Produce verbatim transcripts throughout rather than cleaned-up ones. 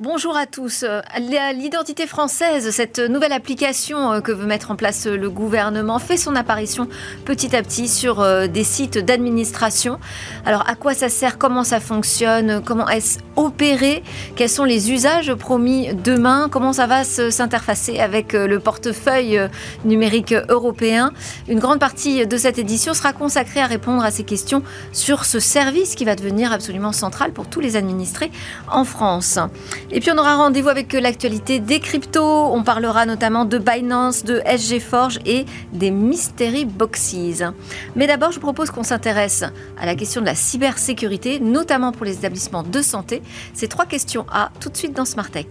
Bonjour à tous. L'identité française, cette nouvelle application que veut mettre en place le gouvernement, fait son apparition petit à petit sur des sites d'administration. Alors, à quoi ça sert? Comment ça fonctionne? Comment est-ce opéré? Quels sont les usages promis demain? Comment ça va s'interfacer avec le portefeuille numérique européen? Une grande partie de cette édition sera consacrée à répondre à ces questions sur ce service qui va devenir absolument central pour tous les administrés en France. Et puis on aura rendez-vous avec l'actualité des cryptos. On parlera notamment de Binance, de S G Forge et des Mystery Boxes. Mais d'abord, je propose qu'on s'intéresse à la question de la cybersécurité, notamment pour les établissements de santé. Ces trois questions A, tout de suite dans Smart Tech.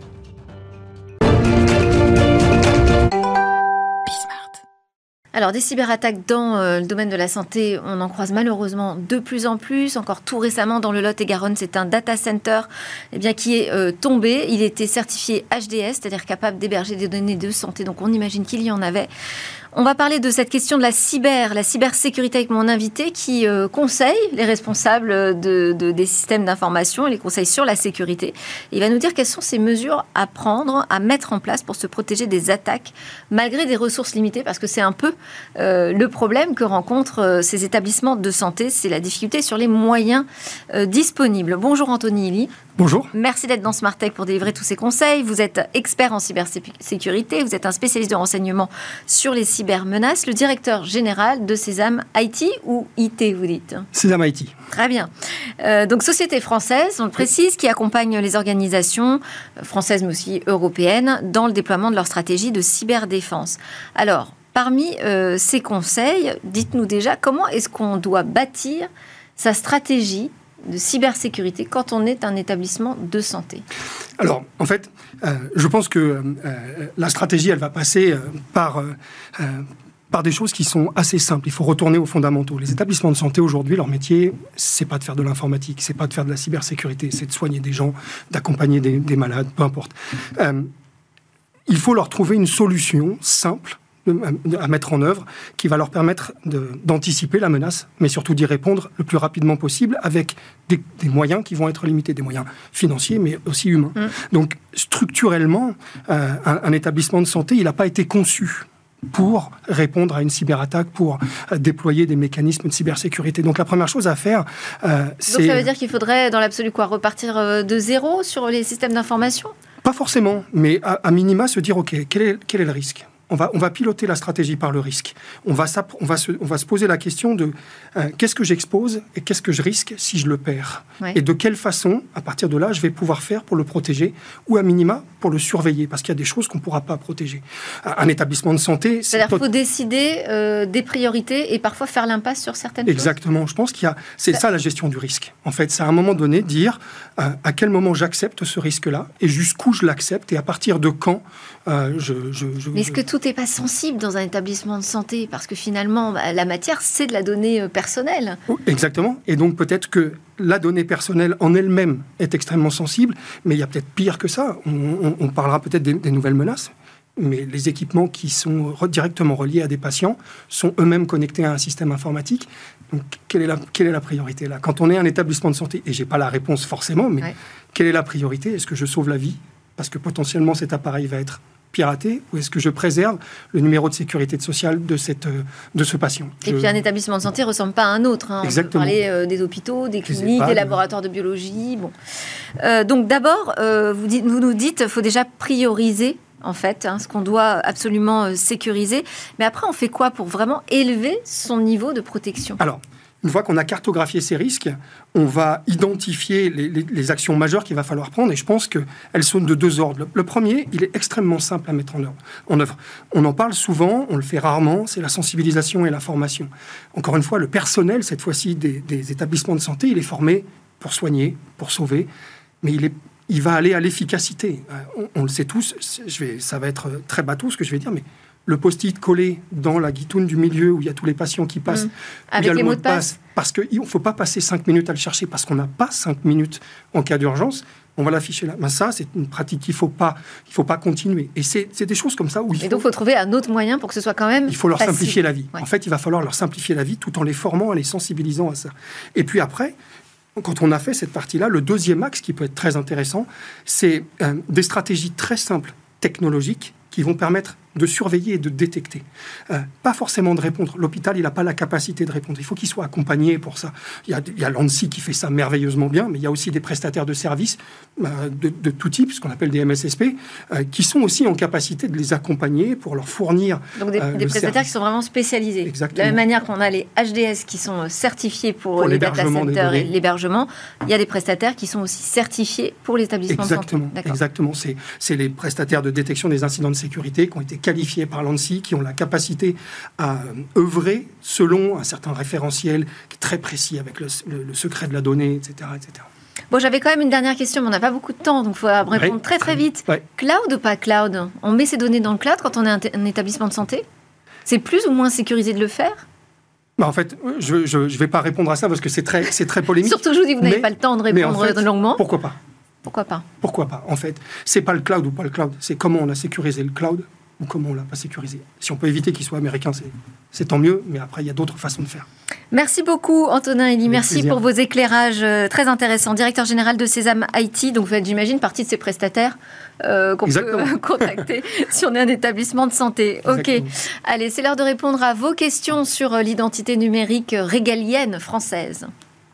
Alors, des cyberattaques dans euh, le domaine de la santé, on en croise malheureusement de plus en plus. Encore tout récemment, dans le Lot-et-Garonne, c'est un data center eh bien, qui est euh, tombé. Il était certifié H D S, c'est-à-dire capable d'héberger des données de santé. Donc, on imagine qu'il y en avait. On va parler de cette question de la cyber, la cybersécurité avec mon invité qui euh, conseille les responsables de, de, des systèmes d'information et les conseille sur la sécurité. Il va nous dire quelles sont ces mesures à prendre, à mettre en place pour se protéger des attaques malgré des ressources limitées, parce que c'est un peu euh, le problème que rencontrent euh, ces établissements de santé, c'est la difficulté sur les moyens euh, disponibles. Bonjour Anthony Elie. Bonjour. Merci d'être dans Smart Tech pour délivrer tous ces conseils. Vous êtes expert en cybersécurité, vous êtes un spécialiste de renseignement sur les cybermenaces, le directeur général de Sésame I T ou I T, vous dites? Sésame I T. Très bien. Euh, donc, société française, on le précise, qui accompagne les organisations françaises mais aussi européennes dans le déploiement de leur stratégie de cyberdéfense. Alors, parmi euh, ces conseils, dites-nous déjà comment est-ce qu'on doit bâtir sa stratégie de cybersécurité quand on est un établissement de santé? Alors, en fait, euh, je pense que euh, la stratégie, elle va passer euh, par, euh, par des choses qui sont assez simples. Il faut retourner aux fondamentaux. Les établissements de santé, aujourd'hui, leur métier, c'est pas de faire de l'informatique, c'est pas de faire de la cybersécurité, c'est de soigner des gens, d'accompagner des, des malades, peu importe. Euh, il faut leur trouver une solution simple à mettre en œuvre, qui va leur permettre de, d'anticiper la menace, mais surtout d'y répondre le plus rapidement possible avec des, des moyens qui vont être limités, des moyens financiers, mais aussi humains. Mmh. Donc, structurellement, euh, un, un établissement de santé, il n'a pas été conçu pour répondre à une cyberattaque, pour euh, déployer des mécanismes de cybersécurité. Donc, la première chose à faire, euh, c'est... Donc, ça veut dire qu'il faudrait, dans l'absolu, quoi, repartir euh, de zéro sur les systèmes d'information? Pas forcément, mais à, à minima, se dire, OK, quel est, quel est le risque ? On va, on va piloter la stratégie par le risque. On va, on va, se, on va se poser la question de euh, qu'est-ce que j'expose et qu'est-ce que je risque si je le perds. Ouais. Et de quelle façon, à partir de là, je vais pouvoir faire pour le protéger ou à minima pour le surveiller, parce qu'il y a des choses qu'on ne pourra pas protéger. Un établissement de santé... C'est-à-dire qu'il faut décider euh, des priorités et parfois faire l'impasse sur certaines Exactement. choses. Je pense qu'il y a... C'est ça la gestion du risque. En fait, c'est à un moment donné dire euh, à quel moment j'accepte ce risque-là et jusqu'où je l'accepte et à partir de quand euh, je, je, je... Mais est-ce que tout n'est pas sensible dans un établissement de santé? Parce que finalement, la matière, c'est de la donnée personnelle. Exactement. Et donc peut-être que la donnée personnelle en elle-même est extrêmement sensible, mais il y a peut-être pire que ça. On, on, on parlera peut-être des, des nouvelles menaces, mais les équipements qui sont re- directement reliés à des patients sont eux-mêmes connectés à un système informatique. Donc quelle est la, quelle est la priorité là? Quand on est un établissement de santé, et je n'ai pas la réponse forcément, mais ouais. Quelle est la priorité? Est-ce que je sauve la vie parce que potentiellement cet appareil va être piraté, ou est-ce que je préserve le numéro de sécurité sociale de, cette, de ce patient? Et je... puis un établissement de santé ne ressemble pas à un autre. Hein. On peut parler euh, des hôpitaux, des cliniques, des laboratoires de biologie. Bon. Euh, donc d'abord, euh, vous, dites, vous nous dites qu'il faut déjà prioriser en fait, hein, ce qu'on doit absolument euh, sécuriser. Mais après, on fait quoi pour vraiment élever son niveau de protection? Alors, une fois qu'on a cartographié ces risques, on va identifier les, les, les actions majeures qu'il va falloir prendre, et je pense qu'elles sont de deux ordres. Le, le premier, il est extrêmement simple à mettre en œuvre. en œuvre. On en parle souvent, on le fait rarement, c'est la sensibilisation et la formation. Encore une fois, le personnel, cette fois-ci, des, des établissements de santé, il est formé pour soigner, pour sauver, mais il, est, il va aller à l'efficacité. On, on le sait tous, je vais, ça va être très bateau ce que je vais dire, mais le post-it collé dans la guitoune du milieu où il y a tous les patients qui passent, mmh. Avec il y a le les mot de passe. passe. Parce qu'il ne faut pas passer cinq minutes à le chercher, parce qu'on n'a pas cinq minutes en cas d'urgence. On va l'afficher là. Ben ça, c'est une pratique qu'il ne faut pas, il faut pas continuer. Et c'est, c'est des choses comme ça où il Et faut... donc, il faut trouver un autre moyen pour que ce soit quand même Il faut leur facile. simplifier la vie. Ouais. En fait, il va falloir leur simplifier la vie tout en les formant, en les sensibilisant à ça. Et puis après, quand on a fait cette partie-là, le deuxième axe qui peut être très intéressant, c'est euh, des stratégies très simples, technologiques, qui vont permettre de surveiller et de détecter. Euh, pas forcément de répondre. L'hôpital, il n'a pas la capacité de répondre. Il faut qu'il soit accompagné pour ça. Il y a, il y a l'ANSSI qui fait ça merveilleusement bien, mais il y a aussi des prestataires de services euh, de, de tout type, ce qu'on appelle des M S S P, euh, qui sont aussi en capacité de les accompagner pour leur fournir Donc des, euh, des prestataires service. qui sont vraiment spécialisés. Exactement. De la même manière qu'on a les H D S qui sont certifiés pour, pour les data l'hébergement des centers et données. l'hébergement, il y a des prestataires qui sont aussi certifiés pour l'établissement Exactement, de santé. exactement. C'est, c'est les prestataires de détection des incidents de sécurité qui ont été qualifiés par l'ANSSI, qui ont la capacité à œuvrer selon un certain référentiel qui est très précis avec le, le, le secret de la donnée, et cetera, et cetera. Bon, j'avais quand même une dernière question, mais on n'a pas beaucoup de temps, donc il faut répondre Ouais. très très vite. Ouais. Cloud ou pas cloud? On met ses données dans le cloud quand on est un, t- un établissement de santé? C'est plus ou moins sécurisé de le faire? Bah en fait, je ne vais pas répondre à ça parce que c'est très, c'est très polémique. Surtout, je vous dis, vous n'avez mais, pas le temps de mais en répondre fait, longuement. Pourquoi pas? Pourquoi pas? Pourquoi pas? En fait, c'est pas le cloud ou pas le cloud, c'est comment on a sécurisé le cloud ou comment on l'a pas sécurisé. Si on peut éviter qu'il soit américain, c'est, c'est tant mieux, mais après, il y a d'autres façons de faire. Merci beaucoup, Antonin Elie. Avec Merci plaisir. pour vos éclairages euh, très intéressants. Directeur général de Sésame I T, donc vous faites, j'imagine, partie de ces prestataires euh, qu'on Exactement. peut contacter si on est un établissement de santé. Exactement. Ok. Allez, c'est l'heure de répondre à vos questions sur euh, l'identité numérique régalienne française.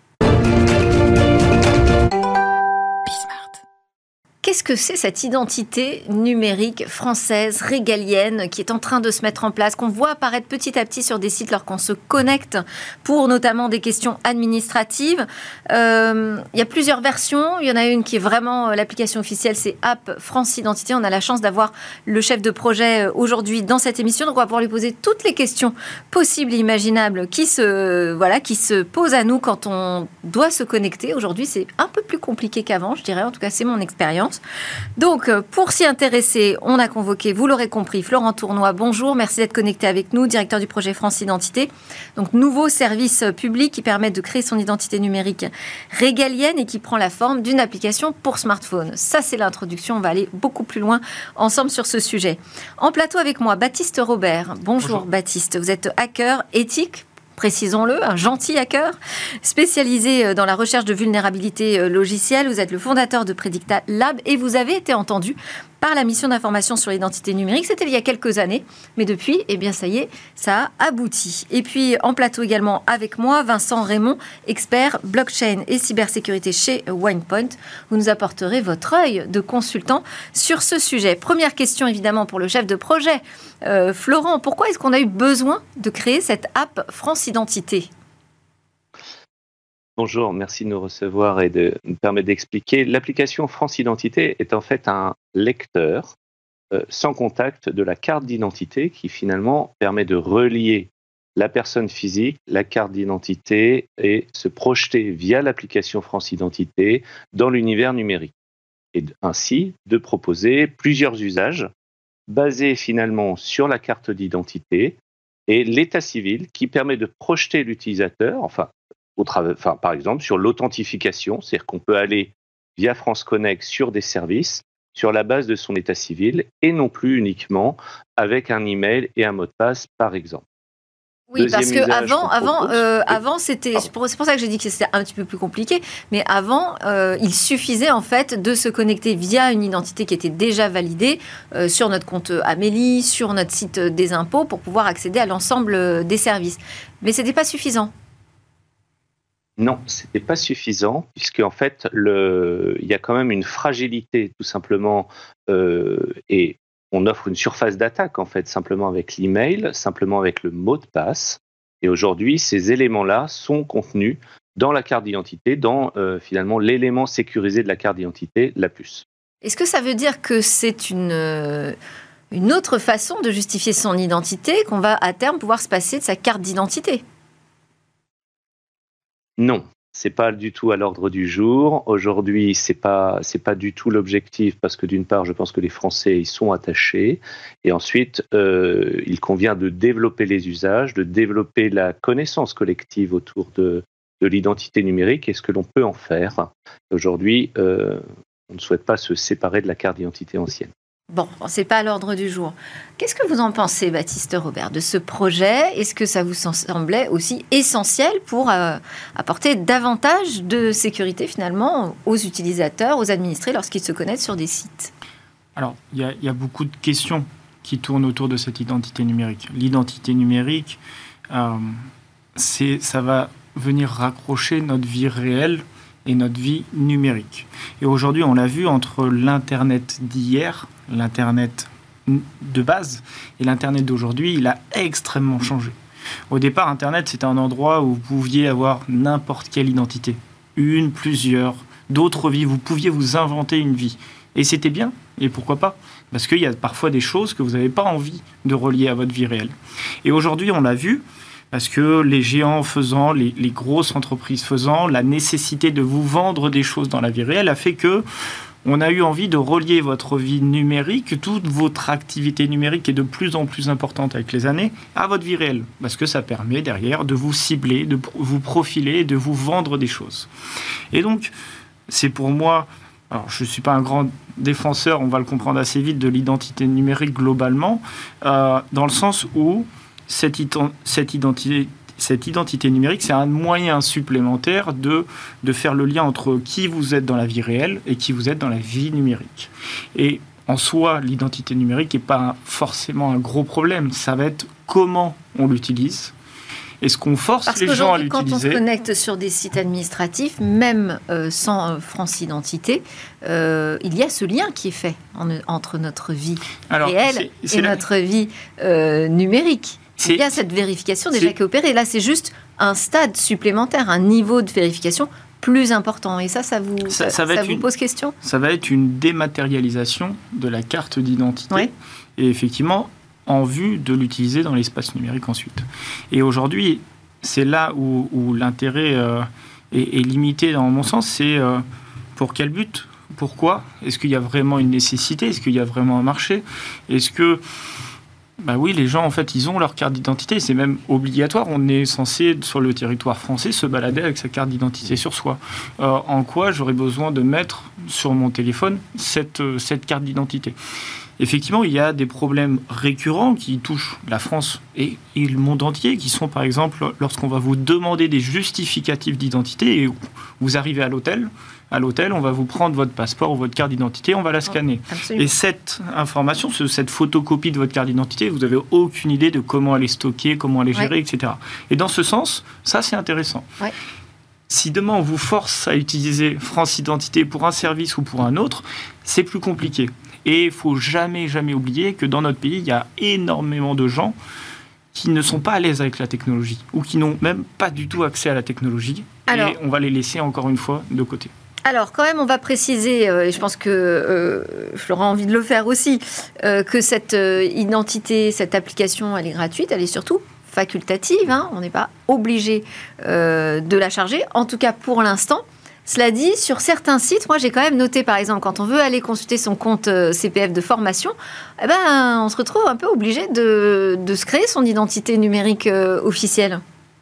Qu'est-ce que c'est cette identité numérique française, régalienne, qui est en train de se mettre en place, qu'on voit apparaître petit à petit sur des sites lorsqu'on se connecte pour notamment des questions administratives? euh, Il y a plusieurs versions. Il y en a une qui est vraiment euh, l'application officielle, c'est App France Identité. On a la chance d'avoir le chef de projet euh, aujourd'hui dans cette émission. Donc on va pouvoir lui poser toutes les questions possibles et imaginables qui se, voilà, qui se posent à nous quand on doit se connecter. Aujourd'hui, c'est un peu plus compliqué qu'avant, je dirais. En tout cas, c'est mon expérience. Donc, pour s'y intéresser, on a convoqué, vous l'aurez compris, Florent Tournois. Bonjour, merci d'être connecté avec nous, directeur du projet France Identité. Donc, nouveau service public qui permet de créer son identité numérique régalienne et qui prend la forme d'une application pour smartphone. Ça, c'est l'introduction. On va aller beaucoup plus loin ensemble sur ce sujet. En plateau avec moi, Baptiste Robert. Bonjour, Bonjour. Baptiste. Vous êtes hacker éthique, précisons-le, un gentil hacker, spécialisé dans la recherche de vulnérabilités logicielles. Vous êtes le fondateur de Predicta Lab et vous avez été entendu par la mission d'information sur l'identité numérique. C'était il y a quelques années, mais depuis, eh bien ça y est, ça a abouti. Et puis en plateau également avec moi, Vincent Raymond, expert blockchain et cybersécurité chez Winepoint. Vous nous apporterez votre œil de consultant sur ce sujet. Première question évidemment pour le chef de projet, euh, Florent. Pourquoi est-ce qu'on a eu besoin de créer cette app France Identité ? Bonjour, merci de nous recevoir et de nous permettre d'expliquer. L'application France Identité est en fait un lecteur euh, sans contact de la carte d'identité qui finalement permet de relier la personne physique, la carte d'identité et se projeter via l'application France Identité dans l'univers numérique. Et ainsi de proposer plusieurs usages basés finalement sur la carte d'identité et l'état civil qui permet de projeter l'utilisateur, enfin, Au tra- enfin, par exemple, sur l'authentification, c'est-à-dire qu'on peut aller via France Connect sur des services, sur la base de son état civil, et non plus uniquement avec un email et un mot de passe, par exemple. Oui, Deuxième parce que usage avant, qu'on avant, propose, euh, oui. avant, c'était. C'est pour, c'est pour ça que j'ai dit que c'était un petit peu plus compliqué. Mais avant, euh, il suffisait en fait de se connecter via une identité qui était déjà validée euh, sur notre compte Amélie, sur notre site des impôts, pour pouvoir accéder à l'ensemble des services. Mais c'était pas suffisant. Non, ce n'était pas suffisant, puisque en fait, le... il y a quand même une fragilité, tout simplement, euh, et on offre une surface d'attaque, en fait, simplement avec l'email, simplement avec le mot de passe. Et aujourd'hui, ces éléments-là sont contenus dans la carte d'identité, dans euh, finalement l'élément sécurisé de la carte d'identité, la puce. Est-ce que ça veut dire que c'est une, euh, une autre façon de justifier son identité, qu'on va à terme pouvoir se passer de sa carte d'identité ? Non, c'est pas du tout à l'ordre du jour. Aujourd'hui, c'est pas c'est pas du tout l'objectif parce que d'une part, je pense que les Français y sont attachés et ensuite, euh, il convient de développer les usages, de développer la connaissance collective autour de, de l'identité numérique et ce que l'on peut en faire. Aujourd'hui, euh, on ne souhaite pas se séparer de la carte d'identité ancienne. Bon, c'est pas à l'ordre du jour. Qu'est-ce que vous en pensez, Baptiste Robert, de ce projet ? Est-ce que ça vous semblait aussi essentiel pour euh, apporter davantage de sécurité finalement aux utilisateurs, aux administrés lorsqu'ils se connectent sur des sites ? Alors, il y, y a beaucoup de questions qui tournent autour de cette identité numérique. L'identité numérique, euh, c'est, ça va venir raccrocher notre vie réelle et notre vie numérique. Et aujourd'hui, on l'a vu entre l'Internet d'hier, l'Internet de base, et l'Internet d'aujourd'hui, il a extrêmement changé. Au départ, Internet, c'était un endroit où vous pouviez avoir n'importe quelle identité. Une, plusieurs, d'autres vies. Vous pouviez vous inventer une vie. Et c'était bien. Et pourquoi pas ? Parce qu'il y a parfois des choses que vous n'avez pas envie de relier à votre vie réelle. Et aujourd'hui, on l'a vu, parce que les géants faisant, les, les grosses entreprises faisant, la nécessité de vous vendre des choses dans la vie réelle a fait que on a eu envie de relier votre vie numérique, toute votre activité numérique est de plus en plus importante avec les années, à votre vie réelle. Parce que ça permet derrière de vous cibler, de vous profiler, de vous vendre des choses. Et donc, c'est pour moi... Alors, je ne suis pas un grand défenseur, on va le comprendre assez vite, de l'identité numérique globalement, euh, dans le sens où cette, ident- cette, identité, cette identité numérique, c'est un moyen supplémentaire de, de faire le lien entre qui vous êtes dans la vie réelle et qui vous êtes dans la vie numérique. Et en soi, l'identité numérique n'est pas forcément un gros problème. Ça va être comment on l'utilise. Est-ce qu'on force Parce les gens à l'utiliser ? Quand on se connecte sur des sites administratifs, même euh, sans euh, France Identité, euh, il y a ce lien qui est fait en, entre notre vie Alors, réelle c'est, c'est et la... notre vie euh, numérique. C'est, il y a cette vérification déjà qui est opérée. Là, c'est juste un stade supplémentaire, un niveau de vérification plus important. Et ça, ça vous, ça, ça, ça, ça vous une, pose question ? Ça va être une dématérialisation de la carte d'identité. Oui. Et effectivement... en vue de l'utiliser dans l'espace numérique ensuite. Et aujourd'hui, c'est là où, où l'intérêt euh, est, est limité dans mon sens, c'est euh, pour quel but ? Pourquoi ? Est-ce qu'il y a vraiment une nécessité ? Est-ce qu'il y a vraiment un marché ? Est-ce que... Bah oui, les gens, en fait, ils ont leur carte d'identité, c'est même obligatoire. On est censé, sur le territoire français, se balader avec sa carte d'identité sur soi. Euh, en quoi j'aurais besoin de mettre sur mon téléphone cette, cette carte d'identité ? Effectivement, il y a des problèmes récurrents qui touchent la France et, et le monde entier, qui sont par exemple lorsqu'on va vous demander des justificatifs d'identité et vous arrivez à l'hôtel. À l'hôtel, on va vous prendre votre passeport ou votre carte d'identité, on va la scanner. Oh, et cette information, cette photocopie de votre carte d'identité, vous n'avez aucune idée de comment elle est stockée, comment elle est gérée, ouais. et cetera. Et dans ce sens, ça c'est intéressant. Ouais. Si demain on vous force à utiliser France Identité pour un service ou pour un autre, c'est plus compliqué. Et il ne faut jamais, jamais oublier que dans notre pays, il y a énormément de gens qui ne sont pas à l'aise avec la technologie ou qui n'ont même pas du tout accès à la technologie. Alors, et on va les laisser encore une fois de côté. Alors, quand même, on va préciser, euh, et je pense que euh, j'aurais envie de le faire aussi, euh, que cette euh, identité, cette application, elle est gratuite, elle est surtout facultative. Hein, on n'est pas obligé euh, de la charger, en tout cas pour l'instant. Cela dit, sur certains sites, moi j'ai quand même noté, par exemple, quand on veut aller consulter son compte C P F de formation, eh ben, on se retrouve un peu obligé de, de se créer son identité numérique euh, officielle.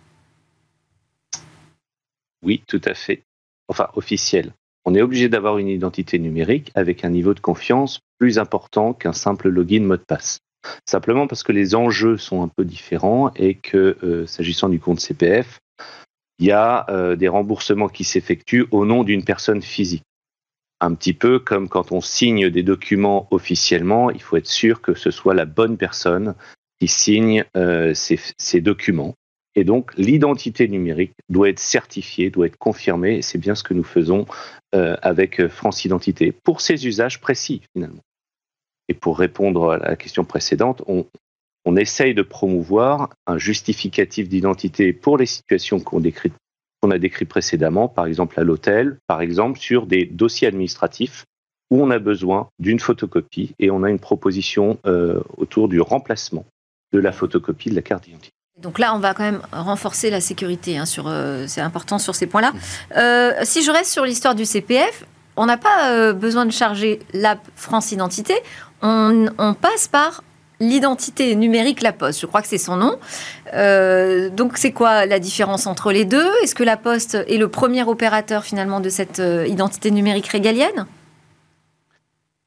Oui, tout à fait. Enfin, officielle. On est obligé d'avoir une identité numérique avec un niveau de confiance plus important qu'un simple login mot de passe. Simplement parce que les enjeux sont un peu différents et que, euh, s'agissant du compte C P F, il y a euh, des remboursements qui s'effectuent au nom d'une personne physique. Un petit peu comme quand on signe des documents officiellement, il faut être sûr que ce soit la bonne personne qui signe euh, ces, ces documents. Et donc, l'identité numérique doit être certifiée, doit être confirmée, et c'est bien ce que nous faisons euh, avec France Identité, pour ces usages précis, finalement. Et pour répondre à la question précédente, on, on essaye de promouvoir un justificatif d'identité pour les situations qu'on, décrit, qu'on a décrites précédemment, par exemple à l'hôtel, par exemple sur des dossiers administratifs où on a besoin d'une photocopie et on a une proposition euh, autour du remplacement de la photocopie de la carte d'identité. Donc là, on va quand même renforcer la sécurité, hein, sur, euh, c'est important sur ces points-là. Euh, si je reste sur l'histoire du C P F, on n'a pas euh, besoin de charger l'app France Identité, on, on passe par l'identité numérique La Poste, je crois que c'est son nom. Euh, donc c'est quoi la différence entre les deux ? Est-ce que La Poste est le premier opérateur finalement de cette euh, identité numérique régalienne ?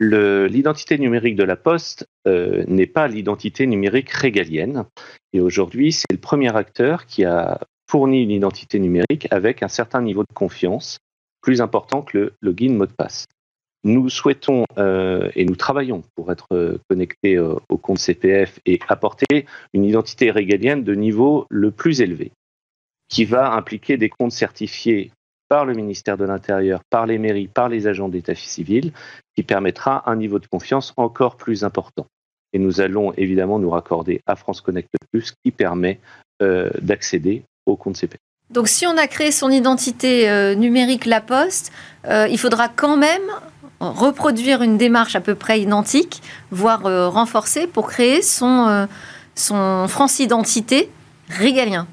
Le, l'identité numérique de la Poste euh, n'est pas l'identité numérique régalienne. Et aujourd'hui, c'est le premier acteur qui a fourni une identité numérique avec un certain niveau de confiance, plus important que le login mot de passe. Nous souhaitons euh, et nous travaillons pour être euh, connectés euh, au compte C P F et apporter une identité régalienne de niveau le plus élevé, qui va impliquer des comptes certifiés par le ministère de l'Intérieur, par les mairies, par les agents d'état civil, qui permettra un niveau de confiance encore plus important. Et nous allons évidemment nous raccorder à France Connect Plus, qui permet euh, d'accéder au compte C P F. Donc si on a créé son identité euh, numérique La Poste, euh, il faudra quand même reproduire une démarche à peu près identique, voire euh, renforcée, pour créer son, euh, son France Identité régalien.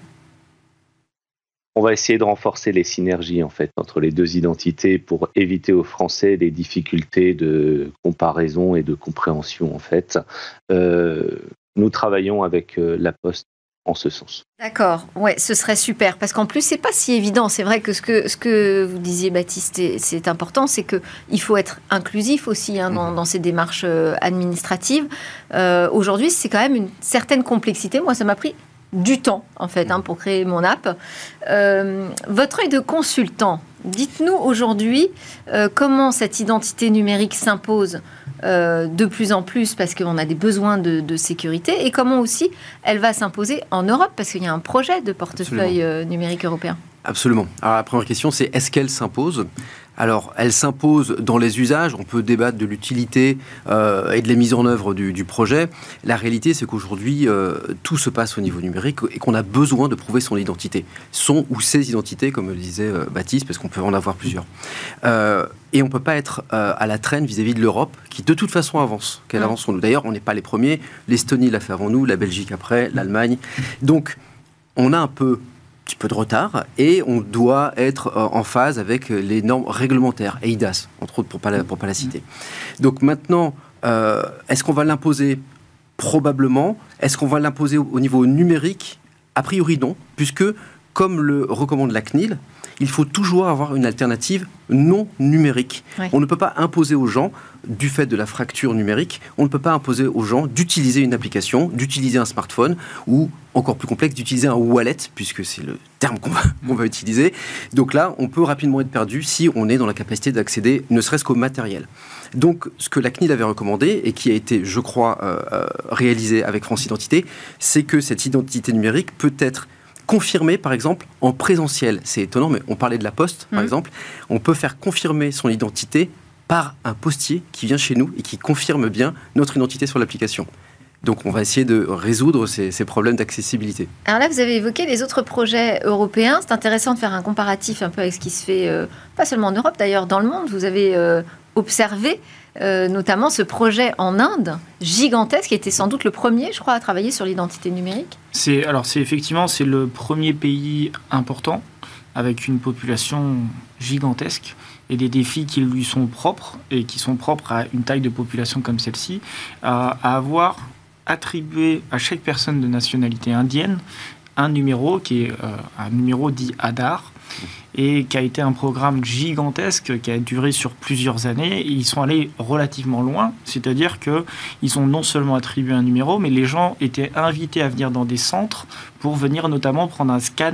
On va essayer de renforcer les synergies en fait entre les deux identités pour éviter aux Français des difficultés de comparaison et de compréhension en fait. Euh, nous travaillons avec euh, La Poste en ce sens. D'accord, ouais, ce serait super, parce qu'en plus, c'est pas si évident. C'est vrai que ce que, ce que vous disiez, Baptiste, c'est, c'est important, c'est qu'il faut être inclusif aussi hein, dans, dans ces démarches euh, administratives. Euh, aujourd'hui, c'est quand même une certaine complexité. Moi, ça m'a pris du temps, en fait, hein, pour créer mon app. Euh, votre œil de consultant, dites-nous aujourd'hui euh, comment cette identité numérique s'impose euh, de plus en plus parce qu'on a des besoins de, de sécurité et comment aussi elle va s'imposer en Europe parce qu'il y a un projet de portefeuille euh, numérique européen. Absolument. Alors la première question, c'est est-ce qu'elle s'impose ? Alors, elle s'impose dans les usages. On peut débattre de l'utilité euh, et de la mise en œuvre du, du projet. La réalité, c'est qu'aujourd'hui, euh, tout se passe au niveau numérique et qu'on a besoin de prouver son identité. Son ou ses identités, comme le disait euh, Baptiste, parce qu'on peut en avoir plusieurs. Euh, et on ne peut pas être euh, à la traîne vis-à-vis de l'Europe, qui de toute façon avance. Qu'elle avance sur nous. D'ailleurs, on n'est pas les premiers. L'Estonie l'a fait avant nous, la Belgique après, l'Allemagne. Donc, on a un peu... petit peu de retard et on doit être en phase avec les normes réglementaires, E I D A S, entre autres, pour ne pas, la, pour pas la citer. Donc maintenant, euh, est-ce qu'on va l'imposer ? Probablement. Est-ce qu'on va l'imposer au, au niveau numérique ? A priori non, puisque, comme le recommande la C N I L, il faut toujours avoir une alternative non numérique. Oui. On ne peut pas imposer aux gens, du fait de la fracture numérique, on ne peut pas imposer aux gens d'utiliser une application, d'utiliser un smartphone, ou, encore plus complexe, d'utiliser un wallet, puisque c'est le terme qu'on va, qu'on va utiliser. Donc là, on peut rapidement être perdu si on est dans la capacité d'accéder, ne serait-ce qu'au matériel. Donc, ce que la C N I L avait recommandé, et qui a été, je crois, euh, réalisé avec France Identité, c'est que cette identité numérique peut être confirmer, par exemple, en présentiel. C'est étonnant, mais on parlait de la Poste, par mmh. exemple. On peut faire confirmer son identité par un postier qui vient chez nous et qui confirme bien notre identité sur l'application. Donc, on va essayer de résoudre ces, ces problèmes d'accessibilité. Alors là, vous avez évoqué les autres projets européens. C'est intéressant de faire un comparatif un peu avec ce qui se fait, euh, pas seulement en Europe, d'ailleurs, dans le monde. Vous avez euh, observé Euh, notamment ce projet en Inde, gigantesque, qui était sans doute le premier, je crois, à travailler sur l'identité numérique. C'est, alors, c'est effectivement, c'est le premier pays important, avec une population gigantesque, et des défis qui lui sont propres, et qui sont propres à une taille de population comme celle-ci, à, à avoir attribué à chaque personne de nationalité indienne un numéro, qui est euh, un numéro dit Aadhaar, et qui a été un programme gigantesque qui a duré sur plusieurs années. Et ils sont allés relativement loin, c'est-à-dire qu'ils ont non seulement attribué un numéro, mais les gens étaient invités à venir dans des centres pour venir notamment prendre un scan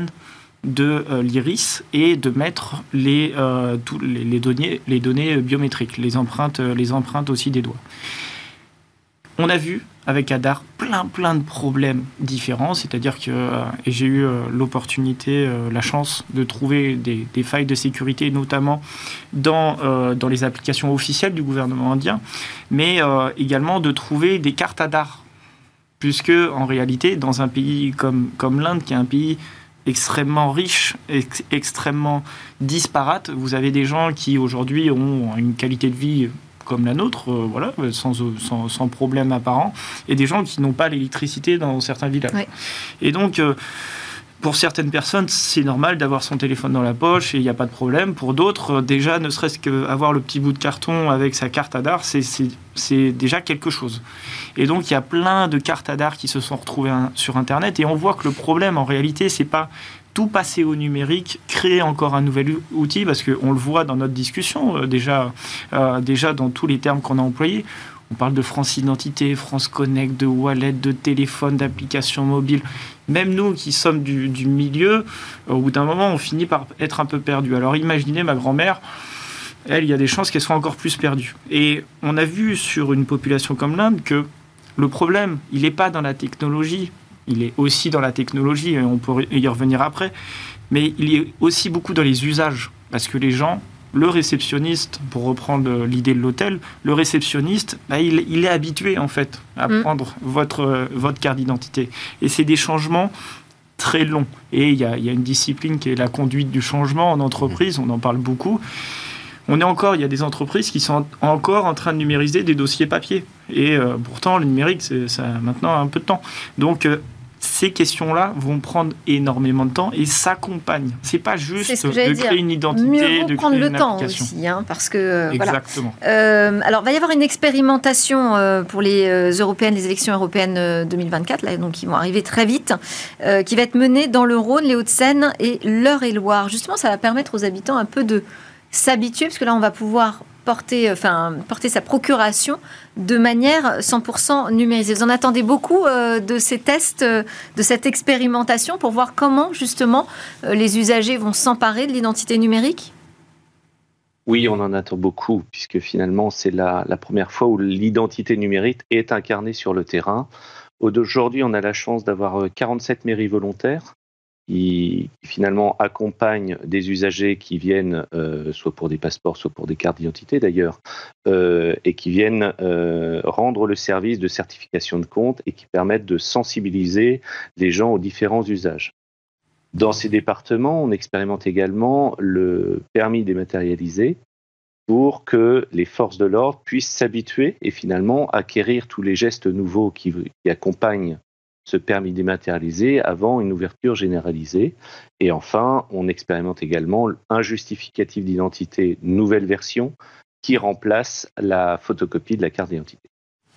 de euh, l'iris et de mettre les, euh, tous les, les, données, les données biométriques, les empreintes, les empreintes aussi des doigts. On a vu avec Aadhaar plein plein de problèmes différents, c'est-à-dire que euh, et j'ai eu euh, l'opportunité, euh, la chance de trouver des, des failles de sécurité, notamment dans, euh, dans les applications officielles du gouvernement indien, mais euh, également de trouver des cartes Aadhaar, puisque en réalité, dans un pays comme, comme l'Inde, qui est un pays extrêmement riche, ex- extrêmement disparate, vous avez des gens qui aujourd'hui ont une qualité de vie comme la nôtre, euh, voilà, sans, sans, sans problème apparent, et des gens qui n'ont pas l'électricité dans certains villages. Oui. Et donc, euh, pour certaines personnes, c'est normal d'avoir son téléphone dans la poche et il n'y a pas de problème. Pour d'autres, déjà, ne serait-ce qu'avoir le petit bout de carton avec sa carte Aadhaar, c'est, c'est, c'est déjà quelque chose. Et donc, il y a plein de cartes Aadhaar qui se sont retrouvées sur Internet, et on voit que le problème, en réalité, c'est pas tout passer au numérique, créer encore un nouvel outil, parce qu'on le voit dans notre discussion, euh, déjà, euh, déjà dans tous les termes qu'on a employés. On parle de France Identité, France Connect, de wallet, de téléphone, d'applications mobiles. Même nous qui sommes du, du milieu, au bout d'un moment, on finit par être un peu perdu. Alors imaginez ma grand-mère, elle, il y a des chances qu'elle soit encore plus perdue. Et on a vu sur une population comme l'Inde que le problème, il n'est pas dans la technologie, il est aussi dans la technologie, et on peut y revenir après, mais il est aussi beaucoup dans les usages. Parce que les gens... Le réceptionniste, pour reprendre l'idée de l'hôtel, le réceptionniste, bah, il, il est habitué en fait à mmh. prendre votre, votre carte d'identité. Et c'est des changements très longs. Et il y a, y a une discipline qui est la conduite du changement en entreprise, on en parle beaucoup. On est encore, il y a des entreprises qui sont encore en train de numériser des dossiers papier. Et euh, pourtant, le numérique, c'est, ça a maintenant un peu de temps. Donc, euh, ces questions-là vont prendre énormément de temps et s'accompagnent. C'est pas juste c'est de créer dire. une identité, Mieux de prendre créer le une temps application. aussi, hein, parce que euh, exactement. Voilà. Euh, alors, il va y avoir une expérimentation euh, pour les euh, européennes, les élections européennes euh, deux mille vingt-quatre, là, donc qui vont arriver très vite, euh, qui va être menée dans le Rhône, les Hauts-de-Seine et l'Eure-et-Loire. Justement, ça va permettre aux habitants un peu de s'habituer, parce que là, on va pouvoir porter, enfin, porter sa procuration de manière cent pour cent numérisée. Vous en attendez beaucoup euh, de ces tests, euh, de cette expérimentation pour voir comment, justement, euh, les usagers vont s'emparer de l'identité numérique ? Oui, on en attend beaucoup, puisque finalement, c'est la, la première fois où l'identité numérique est incarnée sur le terrain. Aujourd'hui, on a la chance d'avoir quarante-sept mairies volontaires qui finalement accompagnent des usagers qui viennent, euh, soit pour des passeports, soit pour des cartes d'identité d'ailleurs, euh, et qui viennent euh, rendre le service de certification de compte et qui permettent de sensibiliser les gens aux différents usages. Dans ces départements, on expérimente également le permis dématérialisé pour que les forces de l'ordre puissent s'habituer et finalement acquérir tous les gestes nouveaux qui, qui accompagnent ce permis dématérialisé avant une ouverture généralisée. Et enfin, on expérimente également un justificatif d'identité nouvelle version qui remplace la photocopie de la carte d'identité.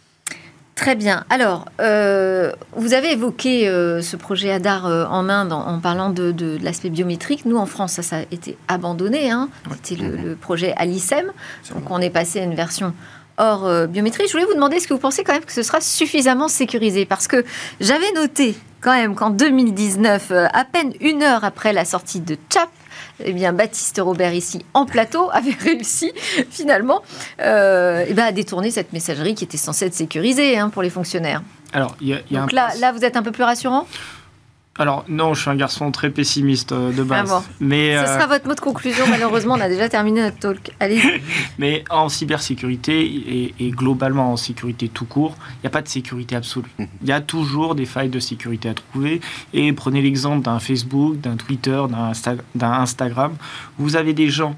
Très bien. Alors, euh, vous avez évoqué euh, ce projet Aadhaar euh, en Inde en, en parlant de, de, de l'aspect biométrique. Nous, en France, ça, ça a été abandonné. Hein. Ouais. C'était le, le projet Alicem. Donc, on est passé à une version hors euh, biométrie. Je voulais vous demander, est-ce que vous pensez quand même que ce sera suffisamment sécurisé ? Parce que j'avais noté quand même qu'en deux mille dix-neuf, euh, à peine une heure après la sortie de Tchap, eh bien, Baptiste Robert, ici, en plateau, avait réussi, finalement, euh, eh ben, à détourner cette messagerie qui était censée être sécurisée hein, pour les fonctionnaires. Alors, y a, y a Donc un... là, là, vous êtes un peu plus rassurant ? Alors, non, je suis un garçon très pessimiste euh, de base. Ah bon. Mais, Ce euh... sera votre mot de conclusion. Malheureusement, on a déjà terminé notre talk. Allez-y. Mais en cybersécurité et, et globalement en sécurité tout court, il n'y a pas de sécurité absolue. Il y a toujours des failles de sécurité à trouver. Et prenez l'exemple d'un Facebook, d'un Twitter, d'un, Insta- d'un Instagram. Vous avez des gens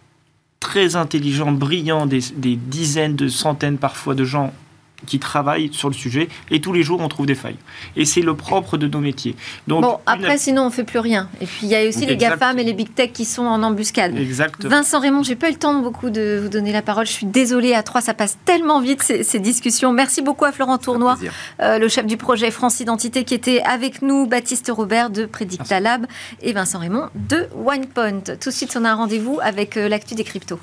très intelligents, brillants, des, des dizaines, de centaines parfois de gens qui travaillent sur le sujet, et tous les jours on trouve des failles. Et c'est le propre de nos métiers. Donc, bon, après une... sinon on ne fait plus rien. Et puis il y a aussi les GAFAM et les Big Tech qui sont en embuscade. Exactement. Vincent Raymond, j'ai pas eu le temps de beaucoup de vous donner la parole. Je suis désolée, à trois, ça passe tellement vite ces, ces discussions. Merci beaucoup à Florent Tournois, euh, le chef du projet France Identité, qui était avec nous, Baptiste Robert de Predicta Lab et Vincent Raymond de OnePoint. Tout de suite, on a un rendez-vous avec euh, l'actu des cryptos.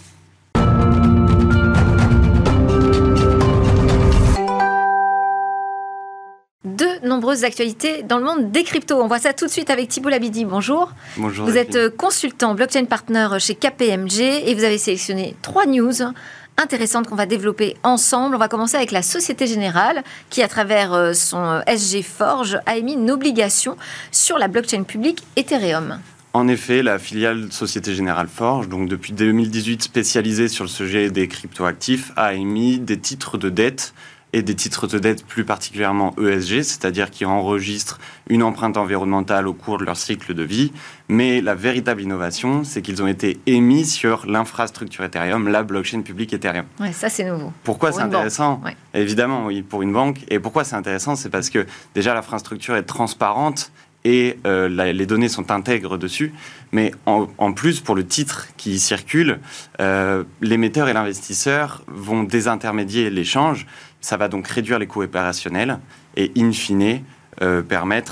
De nombreuses actualités dans le monde des cryptos. On voit ça tout de suite avec Thibault Labidi. Bonjour. Bonjour. Vous êtes consultant blockchain partner chez K P M G et vous avez sélectionné trois news intéressantes qu'on va développer ensemble. On va commencer avec la Société Générale qui, à travers son S G Forge, a émis une obligation sur la blockchain publique Ethereum. En effet, la filiale Société Générale Forge, donc depuis deux mille dix-huit spécialisée sur le sujet des cryptoactifs, a émis des titres de dette et des titres de dette plus particulièrement E S G, c'est-à-dire qui enregistrent une empreinte environnementale au cours de leur cycle de vie. Mais la véritable innovation, c'est qu'ils ont été émis sur l'infrastructure Ethereum, la blockchain publique Ethereum. Ouais, ça c'est nouveau. Pourquoi pour c'est intéressant ? Ouais. Évidemment, oui, pour une banque. Et pourquoi c'est intéressant ? C'est parce que déjà l'infrastructure est transparente et euh, la, les données sont intègres dessus. Mais en, en plus, pour le titre qui circule, euh, l'émetteur et l'investisseur vont désintermédier l'échange. Ça va donc réduire les coûts opérationnels et, in fine, euh, permettre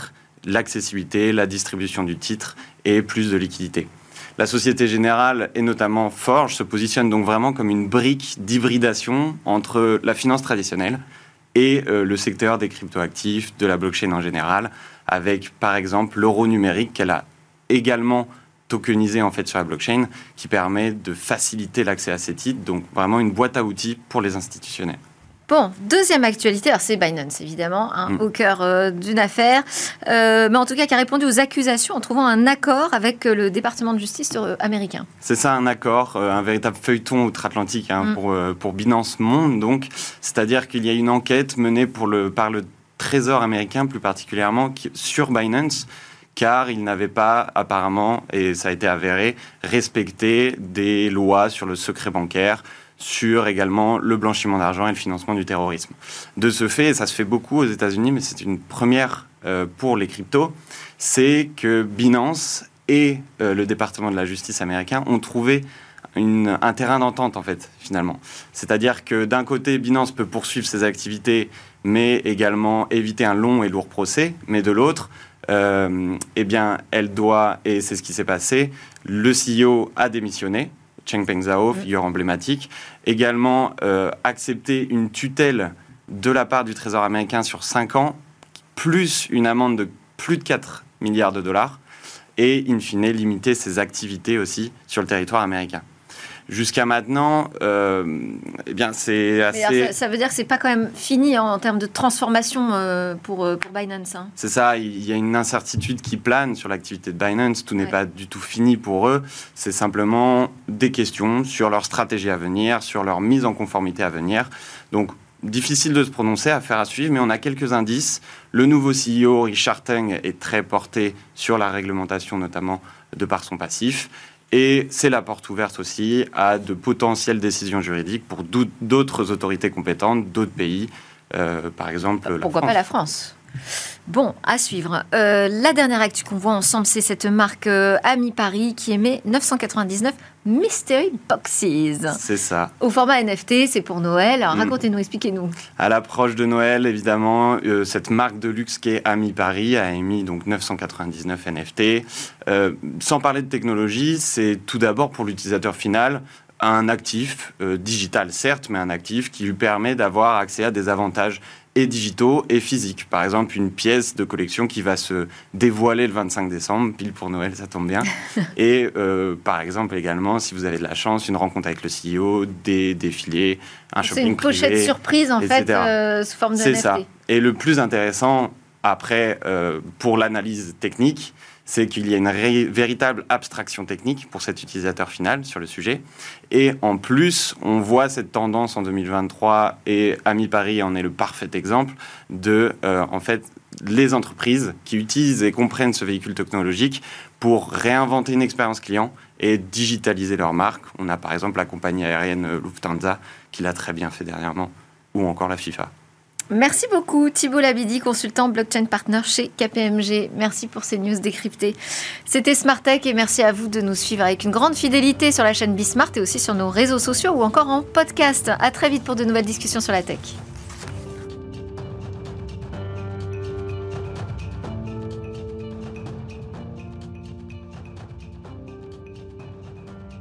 l'accessibilité, la distribution du titre et plus de liquidité. La Société Générale et notamment Forge se positionnent donc vraiment comme une brique d'hybridation entre la finance traditionnelle et euh, le secteur des cryptoactifs, de la blockchain en général, avec par exemple l'euro numérique qu'elle a également tokenisé en fait sur la blockchain, qui permet de faciliter l'accès à ces titres, donc vraiment une boîte à outils pour les institutionnels. Bon, deuxième actualité, alors c'est Binance évidemment, hein, mm. au cœur euh, d'une affaire, euh, mais en tout cas qui a répondu aux accusations en trouvant un accord avec euh, le département de justice euh, américain. C'est ça, un accord, euh, un véritable feuilleton outre-Atlantique hein, mm. pour, euh, pour Binance Monde, donc, c'est-à-dire qu'il y a une enquête menée pour le, par le Trésor américain plus particulièrement qui, sur Binance, car il n'avait pas apparemment, et ça a été avéré, respecté des lois sur le secret bancaire, sur également le blanchiment d'argent et le financement du terrorisme. De ce fait, et ça se fait beaucoup aux États-Unis, mais c'est une première euh, pour les cryptos, c'est que Binance et euh, le département de la justice américain ont trouvé une, un terrain d'entente, en fait, finalement. C'est-à-dire que d'un côté, Binance peut poursuivre ses activités, mais également éviter un long et lourd procès, mais de l'autre, euh, eh bien, elle doit, et c'est ce qui s'est passé, le C E O a démissionné, Changpeng Zhao, figure emblématique, également euh, accepter une tutelle de la part du Trésor américain sur cinq ans, plus une amende de plus de quatre milliards de dollars, et in fine limiter ses activités aussi sur le territoire américain. Jusqu'à maintenant, euh, eh bien, c'est assez... Alors, ça, ça veut dire que c'est pas quand même fini en, en termes de transformation euh, pour, euh, pour Binance. Hein. C'est ça, il y a une incertitude qui plane sur l'activité de Binance. Tout n'est ouais. pas du tout fini pour eux. C'est simplement des questions sur leur stratégie à venir, sur leur mise en conformité à venir. Donc, difficile de se prononcer, affaire à suivre, mais on a quelques indices. Le nouveau C E O, Richard Teng, est très porté sur la réglementation, notamment de par son passif. Et c'est la porte ouverte aussi à de potentielles décisions juridiques pour d'autres autorités compétentes, d'autres pays, euh, par exemple la Pourquoi France. pas la France ? Bon, à suivre. Euh, la dernière actu qu'on voit ensemble, c'est cette marque euh, Ami Paris qui émet neuf cent quatre-vingt-dix-neuf Mystery Boxes. C'est ça. Au format N F T, c'est pour Noël. Alors, mmh. racontez-nous, expliquez-nous. À l'approche de Noël, évidemment, euh, cette marque de luxe qui est Ami Paris a émis donc neuf cent quatre-vingt-dix-neuf N F T. Euh, sans parler de technologie, c'est tout d'abord pour l'utilisateur final un actif euh, digital, certes, mais un actif qui lui permet d'avoir accès à des avantages et digitaux et physiques. Par exemple, une pièce de collection qui va se dévoiler le vingt-cinq décembre, pile pour Noël, ça tombe bien. Et euh, par exemple, également, si vous avez de la chance, une rencontre avec le C E O, des défilés, un shopping privé. C'est une pochette privé, surprise, en et cetera. fait, euh, sous forme de C'est N F T. ça. Et le plus intéressant, après, euh, pour l'analyse technique, c'est qu'il y a une ré- véritable abstraction technique pour cet utilisateur final sur le sujet. Et en plus, on voit cette tendance en deux mille vingt-trois, et Ami Paris en est le parfait exemple, de, euh, en fait, les entreprises qui utilisent et comprennent ce véhicule technologique pour réinventer une expérience client et digitaliser leur marque. On a par exemple la compagnie aérienne Lufthansa, qui l'a très bien fait dernièrement, ou encore la FIFA. Merci beaucoup Thibault Labidi, consultant blockchain partner chez K P M G. Merci pour ces news décryptées. C'était Smart Tech et merci à vous de nous suivre avec une grande fidélité sur la chaîne Bismart et aussi sur nos réseaux sociaux ou encore en podcast. À très vite pour de nouvelles discussions sur la tech.